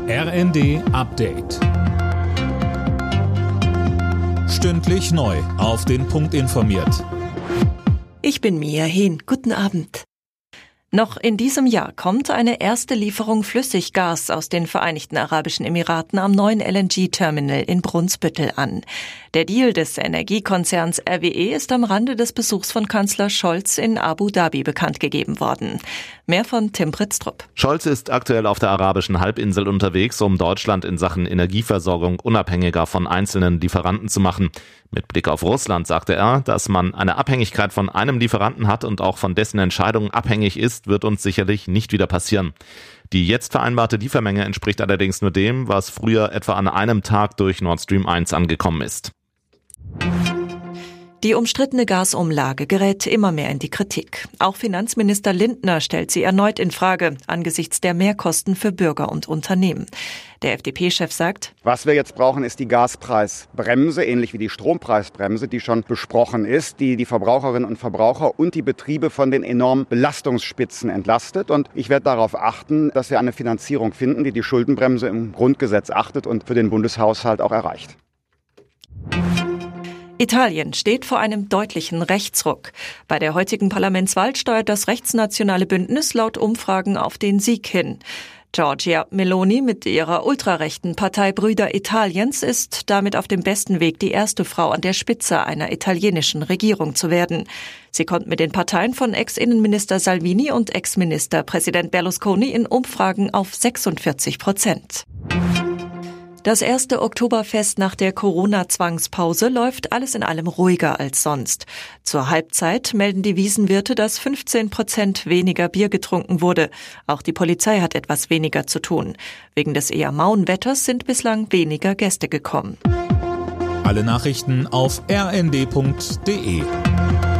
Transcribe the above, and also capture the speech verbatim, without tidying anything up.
R N D Update. Stündlich neu auf den Punkt informiert. Ich bin Mia Hehn. Guten Abend. Noch in diesem Jahr kommt eine erste Lieferung Flüssiggas aus den Vereinigten Arabischen Emiraten am neuen L N G-Terminal in Brunsbüttel an. Der Deal des Energiekonzerns R W E ist am Rande des Besuchs von Kanzler Scholz in Abu Dhabi bekannt gegeben worden. Mehr von Tim Pritztrup. Scholz ist aktuell auf der arabischen Halbinsel unterwegs, um Deutschland in Sachen Energieversorgung unabhängiger von einzelnen Lieferanten zu machen. Mit Blick auf Russland sagte er, dass man eine Abhängigkeit von einem Lieferanten hat und auch von dessen Entscheidungen abhängig ist, wird uns sicherlich nicht wieder passieren. Die jetzt vereinbarte Liefermenge entspricht allerdings nur dem, was früher etwa an einem Tag durch Nord Stream eins angekommen ist. Die umstrittene Gasumlage gerät immer mehr in die Kritik. Auch Finanzminister Lindner stellt sie erneut in Frage, angesichts der Mehrkosten für Bürger und Unternehmen. Der F D P-Chef sagt: Was wir jetzt brauchen, ist die Gaspreisbremse, ähnlich wie die Strompreisbremse, die schon besprochen ist, die die Verbraucherinnen und Verbraucher und die Betriebe von den enormen Belastungsspitzen entlastet. Und ich werde darauf achten, dass wir eine Finanzierung finden, die die Schuldenbremse im Grundgesetz achtet und für den Bundeshaushalt auch erreicht. Italien steht vor einem deutlichen Rechtsruck. Bei der heutigen Parlamentswahl steuert das rechtsnationale Bündnis laut Umfragen auf den Sieg hin. Giorgia Meloni mit ihrer ultrarechten Partei Brüder Italiens ist damit auf dem besten Weg, die erste Frau an der Spitze einer italienischen Regierung zu werden. Sie konnte mit den Parteien von Ex-Innenminister Salvini und Ex-Ministerpräsident Berlusconi in Umfragen auf sechsundvierzig Prozent. Das erste Oktoberfest nach der Corona-Zwangspause läuft alles in allem ruhiger als sonst. Zur Halbzeit melden die Wiesenwirte, dass fünfzehn Prozent weniger Bier getrunken wurde. Auch die Polizei hat etwas weniger zu tun. Wegen des eher mauen Wetters sind bislang weniger Gäste gekommen. Alle Nachrichten auf r n d punkt d e.